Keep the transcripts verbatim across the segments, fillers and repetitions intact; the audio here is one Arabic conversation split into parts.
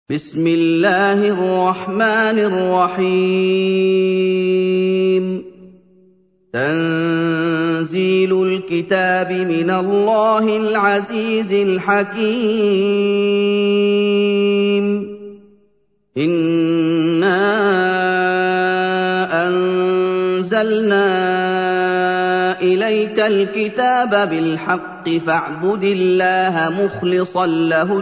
بسم الله الرحمن الرحيم تنزيل الكتاب من الله العزيز الحكيم إنا أنزلنا إليك الكتاب بالحق فاعبد الله مخلصا له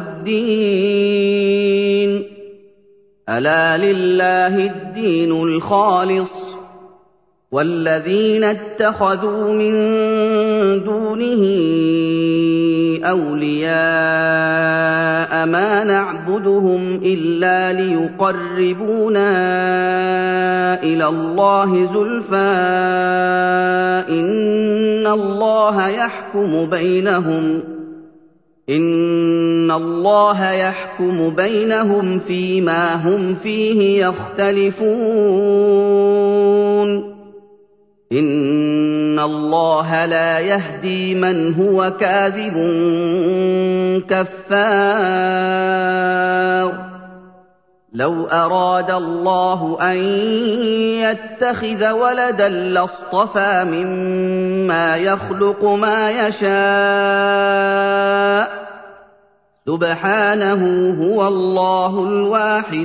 الدين ألا لله الدين الخالص والذين اتخذوا من دونه أولياء ما نعبدهم إلا ليقربونا إلى الله زلفى إن الله يحكم بينهم إن الله يحكم بينهم فيما هم فيه يختلفون إن الله لا يهدي من هو كاذب كفار لو أراد الله أن يتخذ ولدا لاصطفى مما يخلق ما يشاء سبحانه هو الله الواحد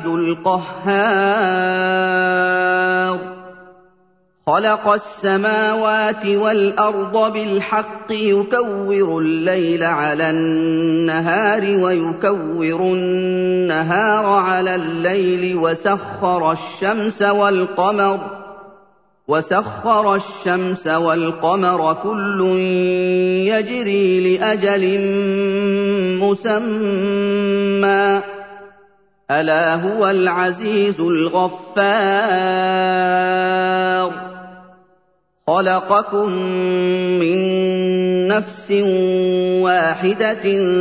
القهار خلق السماوات والأرض بالحق يكور الليل على النهار ويكور النهار على الليل وسخر الشمس والقمر وسخر الشمس والقمر كل يجري لأجل مسمى ألا هو العزيز الغفار خلقكم من نفس واحدة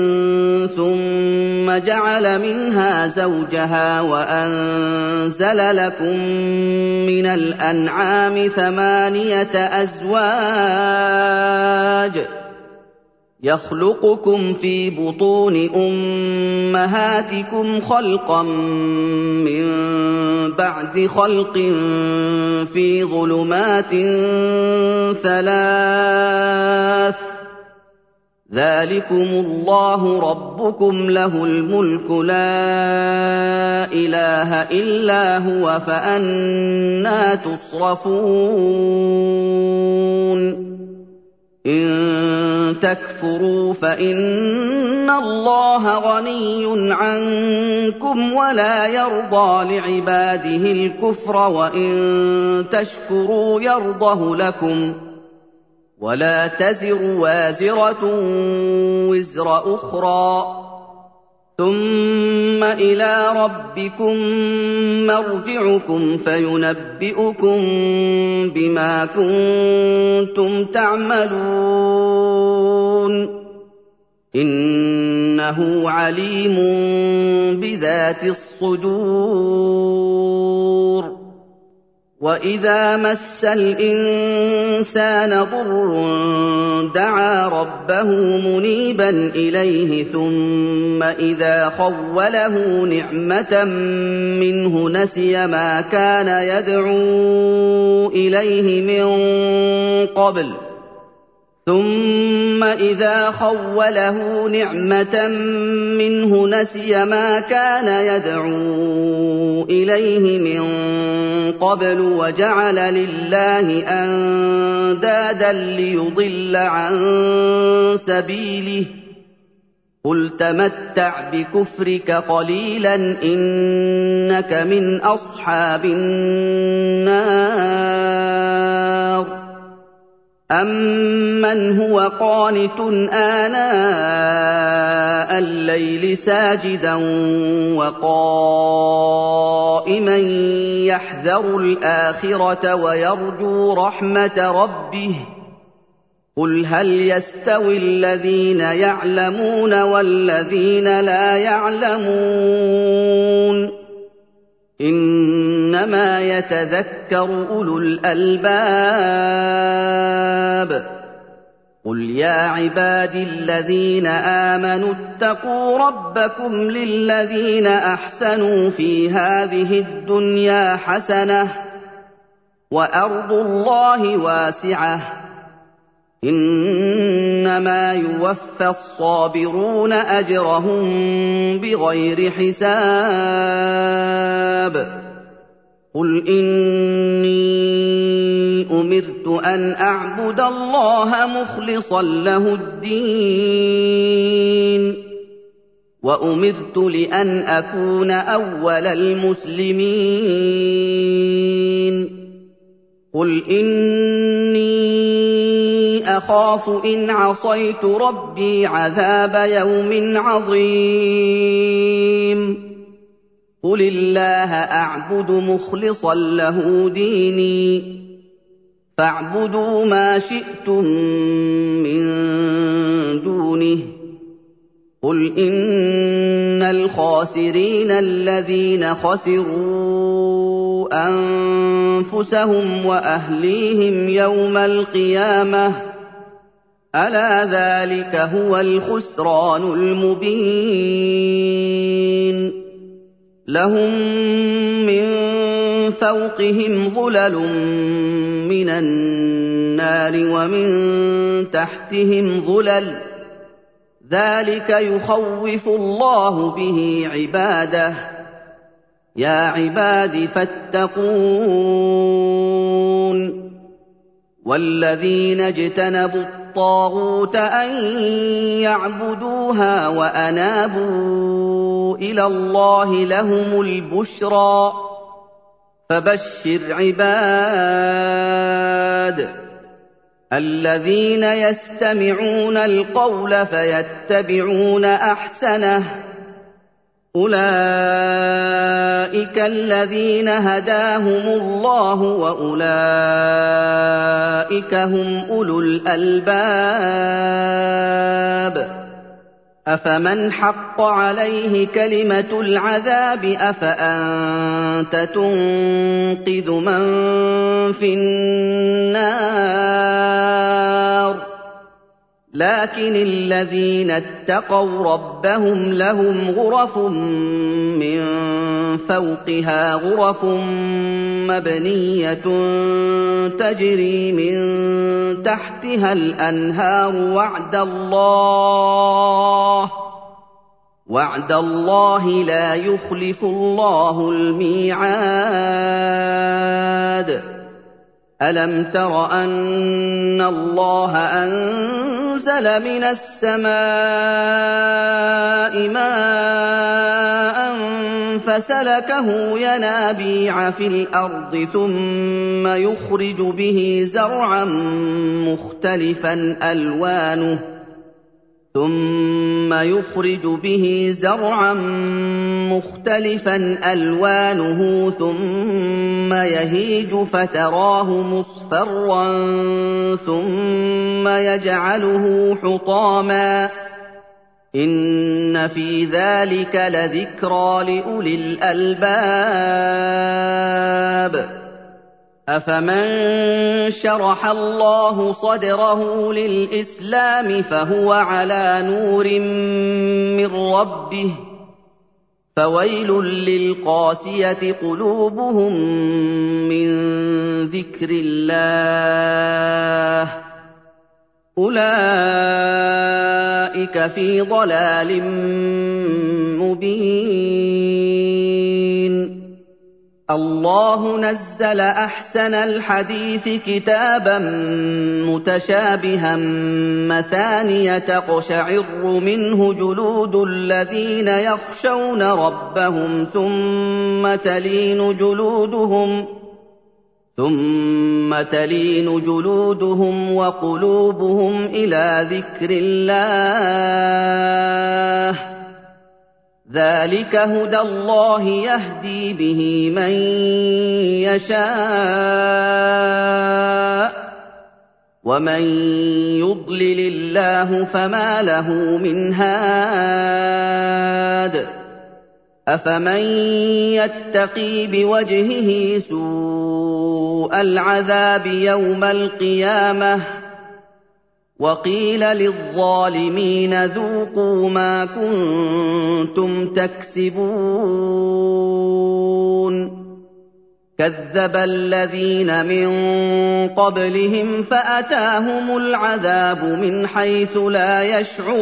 ثم جعل منها زوجها وأنزل لكم من الأنعام ثمانية أزواج يخلقكم في بطون أمهاتكم خلقا من بعد خلق في ظلمات ثلاث ذلكم الله ربكم له الملك لا إله إلا هو فأنى تصرفون إن تكفروا فإن الله غني عنكم ولا يرضى لعباده الكفر وإن تشكروا يرضه لكم ولا تزر وازرة وزر أخرى ثم إلى ربكم مرجعكم فينبئكم بما كنتم تعملون إنه عليم بذات الصدور وإذا مس الإنسان ضر دعا ربه منيبا إليه ثم إذا خوله نعمة منه نسي ما كان يدعو إليه من قبل ثم إذا خوله نعمة منه نسي ما كان يدعو إليه من قبل وجعل لله أندادا ليضل عن سبيله قل تمتع بكفرك قليلا إنك من أصحاب النار أَمَّنْ هُوَ قَانِتٌ آنَاءَ اللَّيْلِ سَاجِدًا وَقَائِمًا يَحْذَرُ الْآخِرَةَ وَيَرْجُو رَحْمَةَ رَبِّهِ قُلْ هَلْ يَسْتَوِي الَّذِينَ يَعْلَمُونَ وَالَّذِينَ لَا يَعْلَمُونَ إِنَّمَا يَتَذَكَّرُ أُولُو الْأَلْبَابِ قُلْ يَا عِبَادِي الَّذِينَ آمَنُوا اتَّقُوا رَبَّكُمْ لِلَّذِينَ أَحْسَنُوا فِي هَٰذِهِ الدُّنْيَا حَسَنَةٌ ۗ وَأَرْضُ اللَّهِ وَاسِعَةٌ ۗ إِنَّمَا يُوَفَّى الصَّابِرُونَ أَجْرَهُم بِغَيْرِ حِسَابٍ قُلْ إِنِّي أُمِرْتُ أَنْ أَعْبُدَ اللَّهَ مُخْلِصًا لَّهُ الدِّينَ وَأُمِرْتُ لِأَنْ أَكُونَ أَوَّلَ الْمُسْلِمِينَ قُلْ إِنِّي أَخَافُ إِنْ عَصَيْتُ رَبِّي عَذَابَ يَوْمٍ عَظِيمٍ قُلِ اللَّهَ أَعْبُدُ مُخْلِصًا لَّهُ دِينِي فَاعْبُدُوا مَا شِئْتُم مِّن دُونِهِ قُلْ إِنَّ الْخَاسِرِينَ الَّذِينَ خَسِرُوا أَنفُسَهُمْ وَأَهْلِيهِمْ يَوْمَ الْقِيَامَةِ ۗ أَلَا ذَٰلِكَ هُوَ الْخُسْرَانُ الْمُبِينُ لَهُم مِّن فَوْقِهِمْ ظُلَلٌ مِّنَ النَّارِ وَمِن تَحْتِهِمْ ظُلَلٌ ۚ ذَٰلِكَ يُخَوِّفُ اللَّهُ بِهِ عِبَادَهُ ۚ يَا عِبَادِ فَاتَّقُونِ وَالَّذِينَ اجْتَنَبُوا الطَّاغُوتَ أَن يَعْبُدُوهَا وَأَنَابُوا إِلَى اللَّهِ لَهُمُ الْبُشْرَىٰ فَبَشِّرْ عِبَادِ الَّذِينَ يَسْتَمِعُونَ الْقَوْلَ فَيَتَّبِعُونَ أَحْسَنَهُ ۚ أُولَٰئِكَ الَّذِينَ هَدَاهُمُ اللَّهُ ۖ وَأُولَٰئِكَ هُمْ أُولُو الْأَلْبَابِ أَفَمَنْ حَقَّ عَلَيْهِ كَلِمَةُ الْعَذَابِ أَفَأَنتَ تُنقِذُ مَن فِي النَّارِ لَٰكِنِ الَّذِينَ اتَّقَوْا رَبَّهُمْ لَهُمْ غُرَفٌ مِّن فَوْقِهَا غُرَفٌ مَّبْنِيَّةٌ تَجْرِي مِن تَحْتِهَا الْأَنْهَارُ ۖ وَعْدَ اللَّهِ وَعْدَ اللَّهِ لَا يُخْلِفُ اللَّهُ الْمِيعَادَ أَلَمْ تَرَ أَنَّ اللَّهَ أَنزَلَ مِنَ السَّمَاءِ مَاءً فَسَلَكَهُ يَنَابِيعَ فِي الْأَرْضِ ثُمَّ يُخْرِجُ بِهِ زَرْعًا مُّخْتَلِفًا أَلْوَانُهُ ثُمَّ يُخْرِجُ بِهِ زَرْعًا مُّخْتَلِفًا أَلْوَانُهُ ثُمَّ يَهِيجُ فَتَرَاهُ مُصْفَرًّا ثُمَّ يَجْعَلُهُ حُطَامًا ۚ إِنَّ فِي ذَٰلِكَ لَذِكْرَىٰ لِأُولِي الْأَلْبَابِ أَفَمَن شَرَحَ اللَّهُ صَدْرَهُ لِلْإِسْلَامِ فَهُوَ عَلَىٰ نُورٍ مِّن رَّبِّهِ فَوَيْلٌ لِّلْقَاسِيَةِ قُلُوبُهُم مِّن ذِكْرِ اللَّهِ ۚ أُولَٰئِكَ فِي ضَلَالٍ مُّبِينٍ اللَّهُ نَزَّلَ أَحْسَنَ الْحَدِيثِ كِتَابًا مُّتَشَابِهًا مَّثَانِيَ تَقْشَعِرُّ مِنْهُ جُلُودُ الَّذِينَ يَخْشَوْنَ رَبَّهُمْ ثُمَّ تَلِينُ جُلُودُهُمْ ثُمَّ تَلِينُ جُلُودُهُمْ وَقُلُوبُهُمْ إِلَىٰ ذِكْرِ اللَّهِ ۚ ذَٰلِكَ هُدَى اللَّهِ يَهْدِي بِهِ مَن يَشَاءُ ۚ وَمَن يُضْلِلِ اللَّهُ فَمَا لَهُ مِنْ هَادٍ أَفَمَن يَتَّقِي بِوَجْهِهِ سُوءَ الْعَذَابِ يَوْمَ الْقِيَامَةِ وقيل للظالمين ذوقوا ما كنتم تكسبون كذب الذين من قبلهم فأتاهم العذاب من حيث لا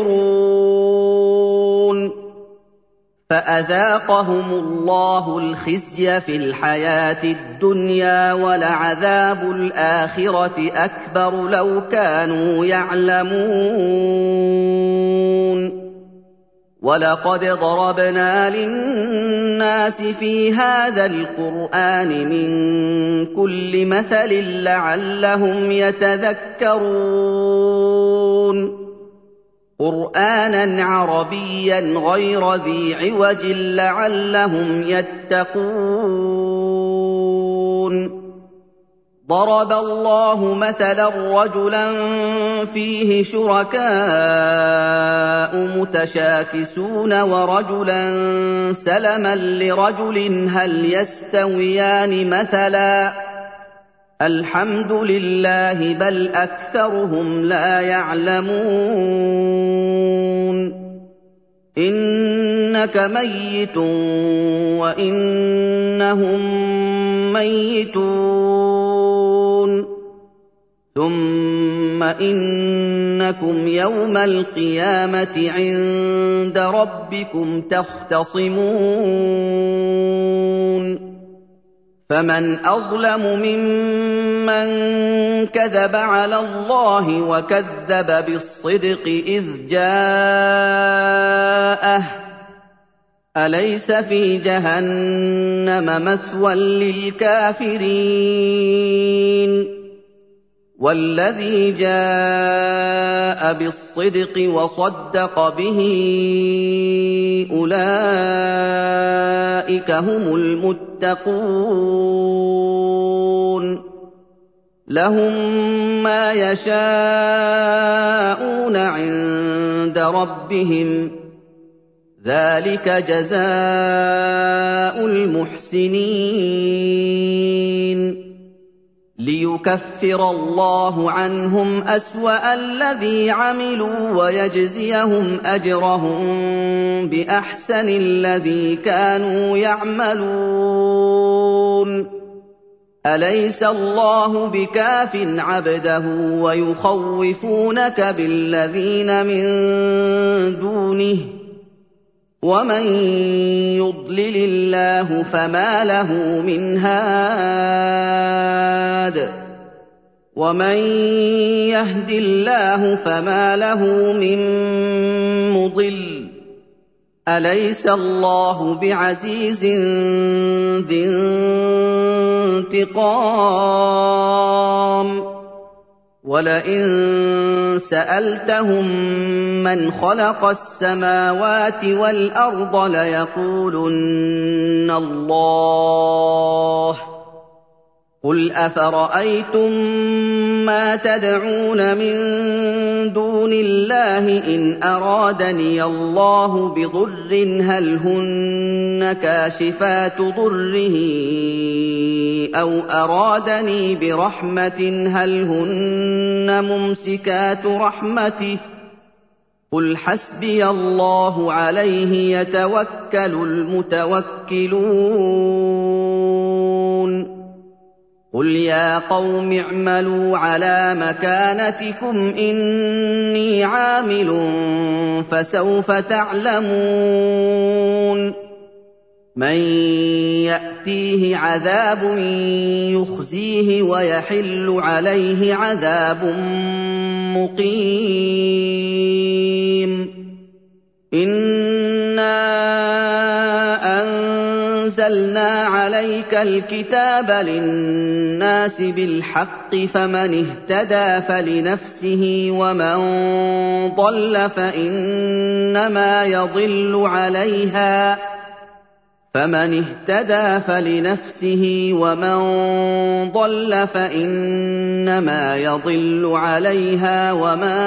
يشعرون فأذاقهم الله الخزي في الحياة الدنيا ولعذاب الآخرة أكبر لو كانوا يعلمون ولقد ضربنا للناس في هذا القرآن من كل مثل لعلهم يتذكرون قرآناً عربياً غير ذي عوج لعلهم يتقون ضرب الله مثلاً رجلاً فيه شركاء متشاكسون ورجلاً سلماً لرجل هل يستويان مثلاً الحمد لله بل أكثرهم لا يعلمون إنك ميت وإنهم ميتون ثم إنكم يوم القيامة عند ربكم تختصمون فمن أظلم ممن كذب على الله وكذب بالصدق إذ جاءه أليس في جهنم مثوى للكافرين والذي جاء بالصدق وصدق به أولئك هم المتقون لهم ما يشاءون عند ربهم ذلك جزاء المحسنين ليكفر الله عنهم أسوأ الذي عملوا ويجزيهم أجرهم بأحسن الذي كانوا يعملون أليس الله بكاف عبده ويخوفونك بالذين من دونه ومن يضلل الله فما له من هاد ومن يهد الله فما له من مضل أليس الله بعزيز ذي انتقام ولئن سألتهم من خلق السماوات والأرض ليقولن الله قل أفرأيتم ما تدعون من دون الله إن أرادني الله بضر هل هن كاشفات ضره أو أرادني برحمة هل هن ممسكات رحمته قل حسبي الله عليه يتوكل المتوكلون قل يا قوم اعملوا على مكانتكم إني عامل فسوف تعلمون من يأتيه عذاب يخزيه ويحل عليه عذاب مقيم إنا أنزلنا عليك الكتاب للناس بالحق فمن اهتدى فلنفسه ومن ضل فإنما يضل عليها فمن اهتدى فلنفسه ومن ضل فإنما يضل عليها وما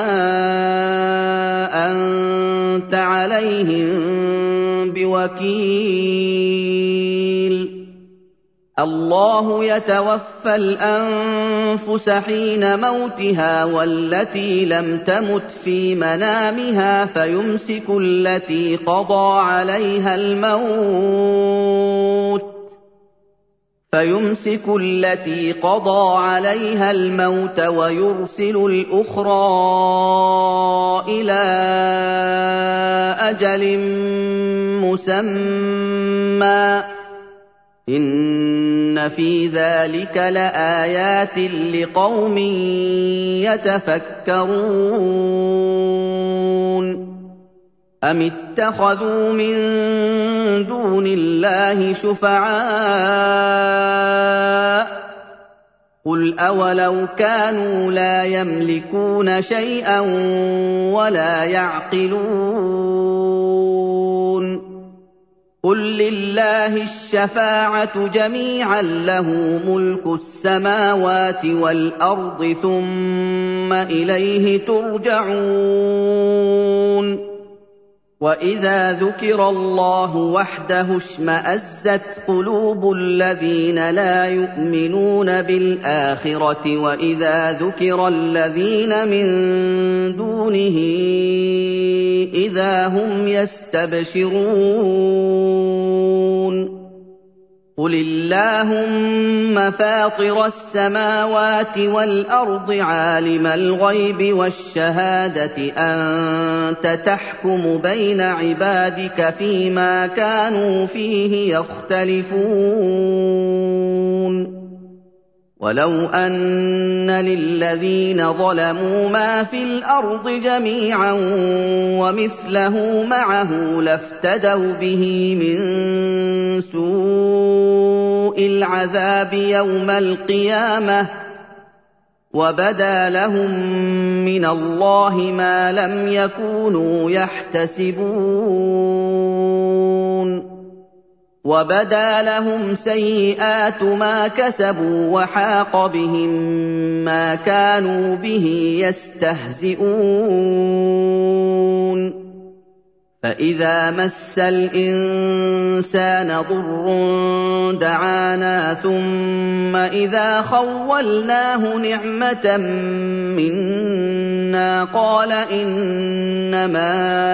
أنت عليهم بوكيل اللَّهُ يَتَوَفَّى الْأَنفُسَ حِينَ مَوْتِهَا وَالَّتِي لَمْ تَمُتْ فِي مَنَامِهَا فَيُمْسِكُ الَّتِي قَضَىٰ عَلَيْهَا الْمَوْتَ فَيُمْسِكُ الَّتِي قَضَىٰ عَلَيْهَا الْمَوْتَ وَيُرْسِلُ الْأُخْرَىٰ إِلَىٰ أَجَلٍ مُّسَمًّى ۚ إِنَّ فِي ذَٰلِكَ لَآيَاتٍ لِّقَوْمٍ يَتَفَكَّرُونَ أَمِ اتَّخَذُوا مِن دُونِ اللَّهِ شُفَعَاءَ ۚ قُلْ أَوَلَوْ كَانُوا لَا يَمْلِكُونَ شَيْئًا وَلَا يَعْقِلُونَ قُل لِّلَّهِ الشَّفَاعَةُ جَمِيعًا ۖ لَّهُ مُلْكُ السَّمَاوَاتِ وَالْأَرْضِ ثُمَّ إِلَيْهِ تُرْجَعُونَ وَإِذَا ذُكِرَ اللَّهُ وَحْدَهُ اشْمَأَزَّتْ قُلُوبُ الَّذِينَ لَا يُؤْمِنُونَ بِالْآخِرَةِ وَإِذَا ذُكِرَ الَّذِينَ مِن دُونِهِ إِذَا هُمْ يَسْتَبْشِرُونَ قُلِ اللَّهُمَّ فَاطِرَ السَّمَاوَاتِ وَالْأَرْضِ عَالِمَ الْغَيْبِ وَالشَّهَادَةِ أَنتَ تَحْكُمُ بَيْنَ عِبَادِكَ فِيمَا كَانُوا فِيهِ يَخْتَلِفُونَ وَلَوْ أَنَّ لِلَّذِينَ ظَلَمُوا مَا فِي الْأَرْضِ جَمِيعًا وَمِثْلَهُ مَعَهُ لَافْتَدَوْا بِهِ مِن سُوءِ الْعَذَابِ يَوْمَ الْقِيَامَةِ ۚ وَبَدَا لَهُم مِّنَ اللَّهِ مَا لَمْ يَكُونُوا يَحْتَسِبُونَ وَبَدَا لَهُمْ سَيِّئَاتُ مَا كَسَبُوا وَحَاقَ بِهِم مَّا كَانُوا بِهِ يَسْتَهْزِئُونَ فَإِذَا مَسَّ الْإِنسَانَ ضُرٌّ دَعَانَا ثُمَّ إِذَا خَوَّلْنَاهُ نِعْمَةً مِّنَّا قَالَ إِنَّمَا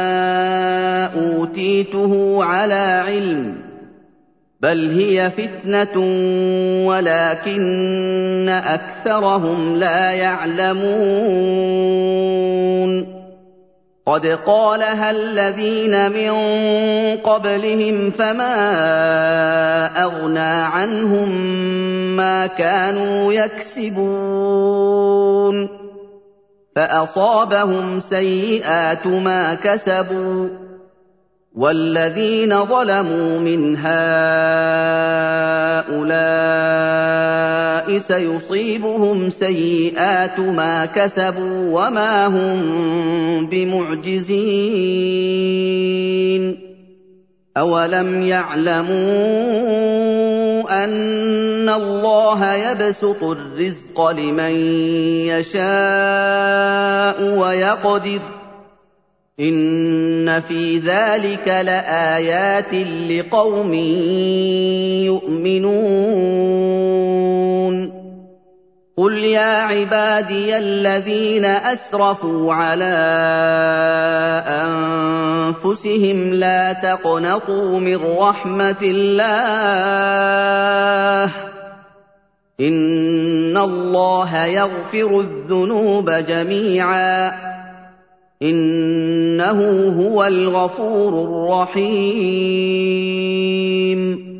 أُوتِيتُهُ عَلَىٰ عِلْمٍ ۚ بَلْ هِيَ فِتْنَةٌ وَلَٰكِنَّ أَكْثَرَهُمْ لَا يَعْلَمُونَ قَدْ قَالَهَا الَّذِينَ مِن قَبْلِهِمْ فَمَا أَغْنَىٰ عَنْهُم مَّا كَانُوا يَكْسِبُونَ فَأَصَابَهُمْ سَيِّئَاتُ مَا كَسَبُوا ۚ وَالَّذِينَ ظَلَمُوا مِنْ هَٰؤُلَاءِ سَيُصِيبُهُمْ سَيِّئَاتُ مَا كَسَبُوا وَمَا هُم بِمُعْجِزِينَ أَوَلَمْ يَعْلَمُوا أَنَّ اللَّهَ يَبْسُطُ الرِّزْقَ لِمَن يَشَاءُ وَيَقْدِرُ ۚ إِنَّ فِي ذَٰلِكَ لَآيَاتٍ لِّقَوْمٍ يُؤْمِنُونَ قُلْ يَا عِبَادِيَ الَّذِينَ أَسْرَفُوا عَلَىٰ أَنفُسِهِمْ لَا تَقْنَطُوا مِن رَّحْمَةِ اللَّهِ ۚ إِنَّ اللَّهَ يَغْفِرُ الذُّنُوبَ جَمِيعًا ۚ إِنَّهُ هُوَ الْغَفُورُ الرَّحِيمُ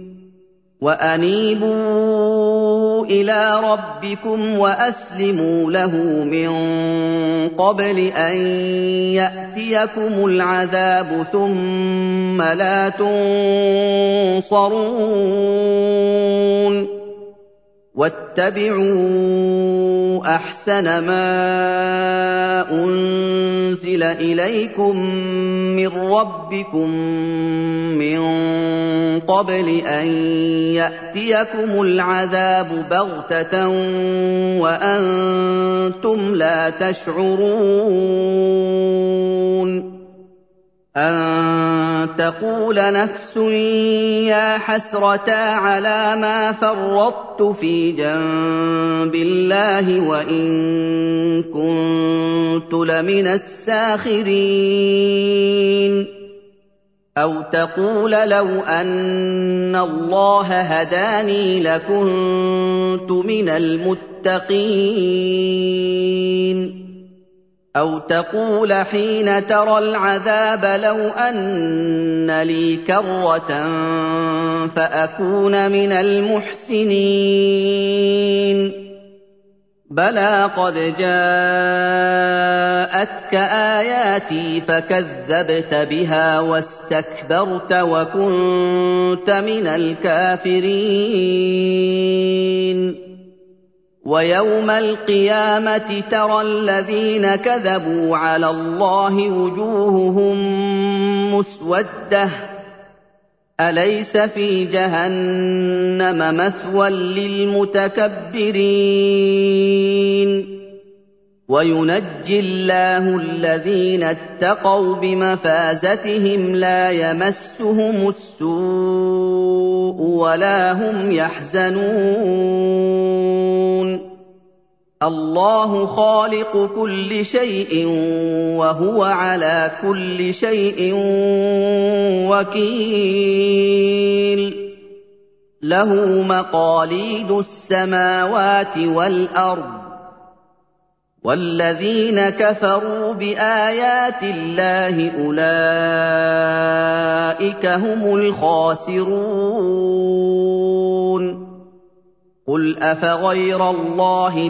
وَأَنِيبُوا إِلَىٰ رَبِّكُمْ وَأَسْلِمُوا لَهُ مِن قَبْلِ أَن يَأْتِيَكُمُ الْعَذَابُ ثُمَّ لَا تُنصَرُونَ وَاتَّبِعُوا أَحْسَنَ مَا أُنزِلَ إِلَيْكُم مِّن رَّبِّكُم مِّن قَبْلِ أَن يَأْتِيَكُمُ الْعَذَابُ بَغْتَةً وَأَنتُمْ لَا تَشْعُرُونَ أَن تَقُولَ نَفْسٌ يَا حَسْرَتَا عَلَىٰ مَا فَرَّطتُ فِي جَنبِ اللَّهِ وَإِن كُنتُ لَمِنَ السَّاخِرِينَ أَوْ تَقُولَ لَوْ أَنَّ اللَّهَ هَدَانِي لَكُنتُ مِنَ الْمُتَّقِينَ أَوْ تَقُولَ حِينَ تَرَى الْعَذَابَ لَوْ أَنَّ لِي كَرَّةً فَأَكُونَ مِنَ الْمُحْسِنِينَ بَلَىٰ قَدْ جَاءَتْكَ آيَاتِي فَكَذَّبْتَ بِهَا وَاسْتَكْبَرْتَ وَكُنتَ مِنَ الْكَافِرِينَ وَيَوْمَ الْقِيَامَةِ تَرَى الَّذِينَ كَذَبُوا عَلَى اللَّهِ وُجُوهُهُم مُّسْوَدَّةٌ أَلَيْسَ فِي جَهَنَّمَ مَثْوًى لِّلْمُتَكَبِّرِينَ وَيُنَجِّي اللَّهُ الَّذِينَ اتَّقَوْا بِمَفَازَتِهِمْ لَا يَمَسُّهُمُ السُّوءُ وَلَا هُمْ يَحْزَنُونَ اللَّهُ خَالِقُ كُلِّ شَيْءٍ وَهُوَ عَلَىٰ كُلِّ شَيْءٍ وَكِيلٌ لَّهُ مَقَالِيدُ السَّمَاوَاتِ وَالْأَرْضِ وَالَّذِينَ كَفَرُوا بِآيَاتِ اللَّهِ أُولَٰئِكَ هُمُ الْخَاسِرُونَ قُلْ أَفَغَيْرَ اللَّهِ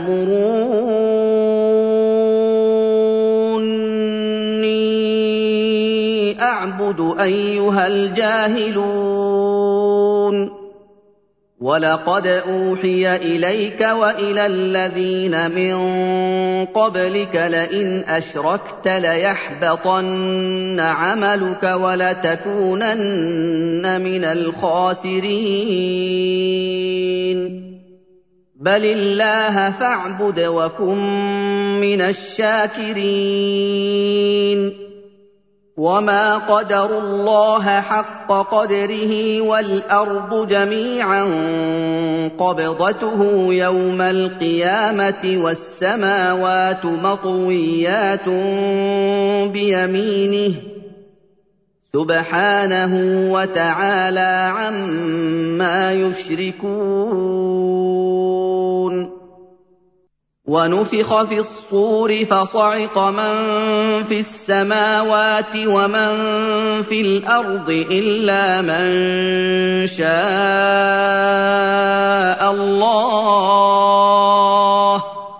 تَأْمُرُونِّي أَعْبُدُ أَيُّهَا الْجَاهِلُونَ وَلَقَدْ أُوحِيَ إِلَيْكَ وَإِلَى الَّذِينَ مِن قَبْلِكَ لَئِنْ أَشْرَكْتَ لَيَحْبَطَنَّ عَمَلُكَ وَلَتَكُونَنَّ مِنَ الْخَاسِرِينَ بَلِ اللَّهَ فَاعْبُدْ وَكُن مِّنَ الشَّاكِرِينَ وَمَا قَدَرُوا اللَّهَ حَقَّ قَدْرِهِ وَالْأَرْضُ جَمِيعًا قَبْضَتُهُ يَوْمَ الْقِيَامَةِ وَالسَّمَاوَاتُ مَطْوِيَّاتٌ بِيَمِينِهِ سُبْحَانَهُ وَتَعَالَىٰ عَمَّا يُشْرِكُونَ وَنُفِخَ فِي الصُّورِ فَصَعِقَ مَن فِي السَّمَاوَاتِ وَمَن فِي الْأَرْضِ إِلَّا مَن شَاءَ اللَّهُ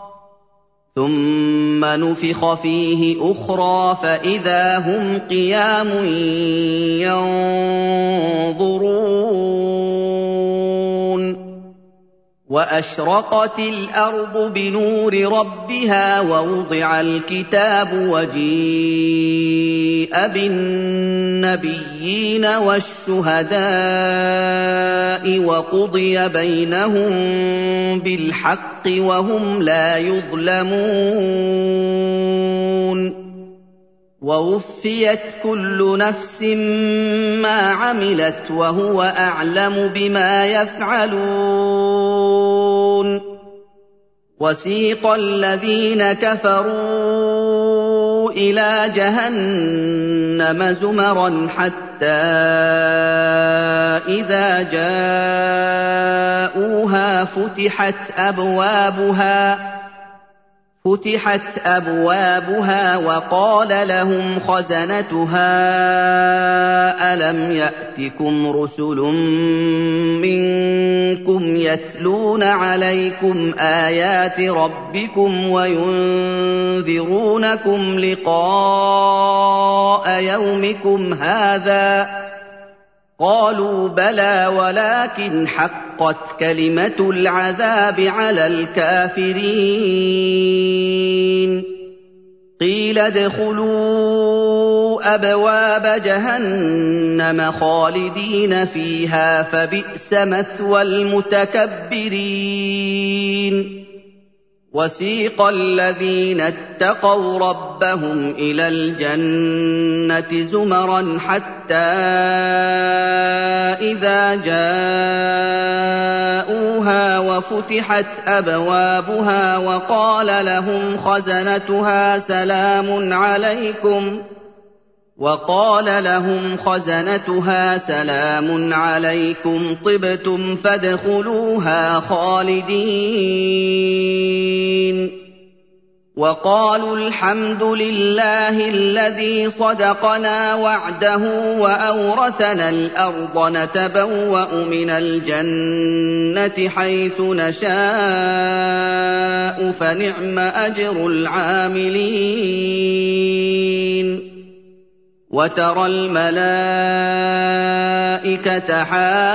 ثُمَّ نُفِخَ فِيهِ أُخْرَىٰ فَإِذَا هُمْ قِيَامٌ يَنظُرُونَ وَأَشْرَقَتِ الْأَرْضُ بِنُورِ رَبِّهَا وَوُضِعَ الْكِتَابُ وَجِيءَ بِالنَّبِيِّينَ وَالشُّهَدَاءِ وَقُضِيَ بَيْنَهُم بِالْحَقِّ وَهُمْ لَا يُظْلَمُونَ وَوُفِّيَتْ كُلُّ نَفْسٍ مَّا عَمِلَتْ وَهُوَ أَعْلَمُ بِمَا يَفْعَلُونَ وَسِيقَ الَّذِينَ كَفَرُوا إِلَىٰ جَهَنَّمَ زُمَرًا حَتَّىٰ إِذَا جَاءُوهَا فُتِحَتْ أَبْوَابُهَا فُتِحَتْ أَبْوَابُهَا وَقَالَ لَهُمْ خَزَنَتُهَا أَلَمْ يَأْتِكُمْ رُسُلٌ مِّنكُمْ يَتْلُونَ عَلَيْكُمْ آيَاتِ رَبِّكُمْ وَيُنذِرُونَكُمْ لِقَاءَ يَوْمِكُمْ هَٰذَا ۚ قَالُوا بَلَىٰ وَلَٰكِنْ حَقَّتْ كَلِمَةُ الْعَذَابِ عَلَى الْكَافِرِينَ قِيلَ ادْخُلُوا أَبْوَابَ جَهَنَّمَ خَالِدِينَ فِيهَا فَبِئْسَ مَثْوَى الْمُتَكَبِّرِينَ وَسِيقَ الَّذِينَ اتَّقَوْا رَبَّهُمْ إِلَى الْجَنَّةِ زُمَرًا حَتَّىٰ إِذَا جَاءُوهَا وَفُتِحَتْ أَبْوَابُهَا وَقَالَ لَهُمْ خَزَنَتُهَا سَلَامٌ عَلَيْكُمْ وقال لهم خزنتها سلام عليكم طبتم فادخلوها خالدين وقالوا الحمد لله الذي صدقنا وعده وأورثنا الأرض نتبوأ من الجنة حيث نشاء فنعم أجر العاملين وَتَرَى الْمَلَائِكَةَ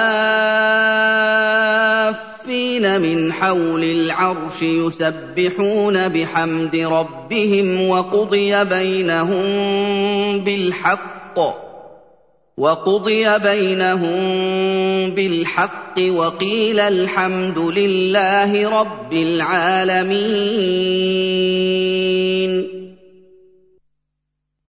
حَافِّينَ مِنْ حَوْلِ الْعَرْشِ يُسَبِّحُونَ بِحَمْدِ رَبِّهِمْ وَقُضِيَ بَيْنَهُم بِالْحَقِّ وَقُضِيَ بَيْنَهُم بِالْحَقِّ وَقِيلَ الْحَمْدُ لِلَّهِ رَبِّ الْعَالَمِينَ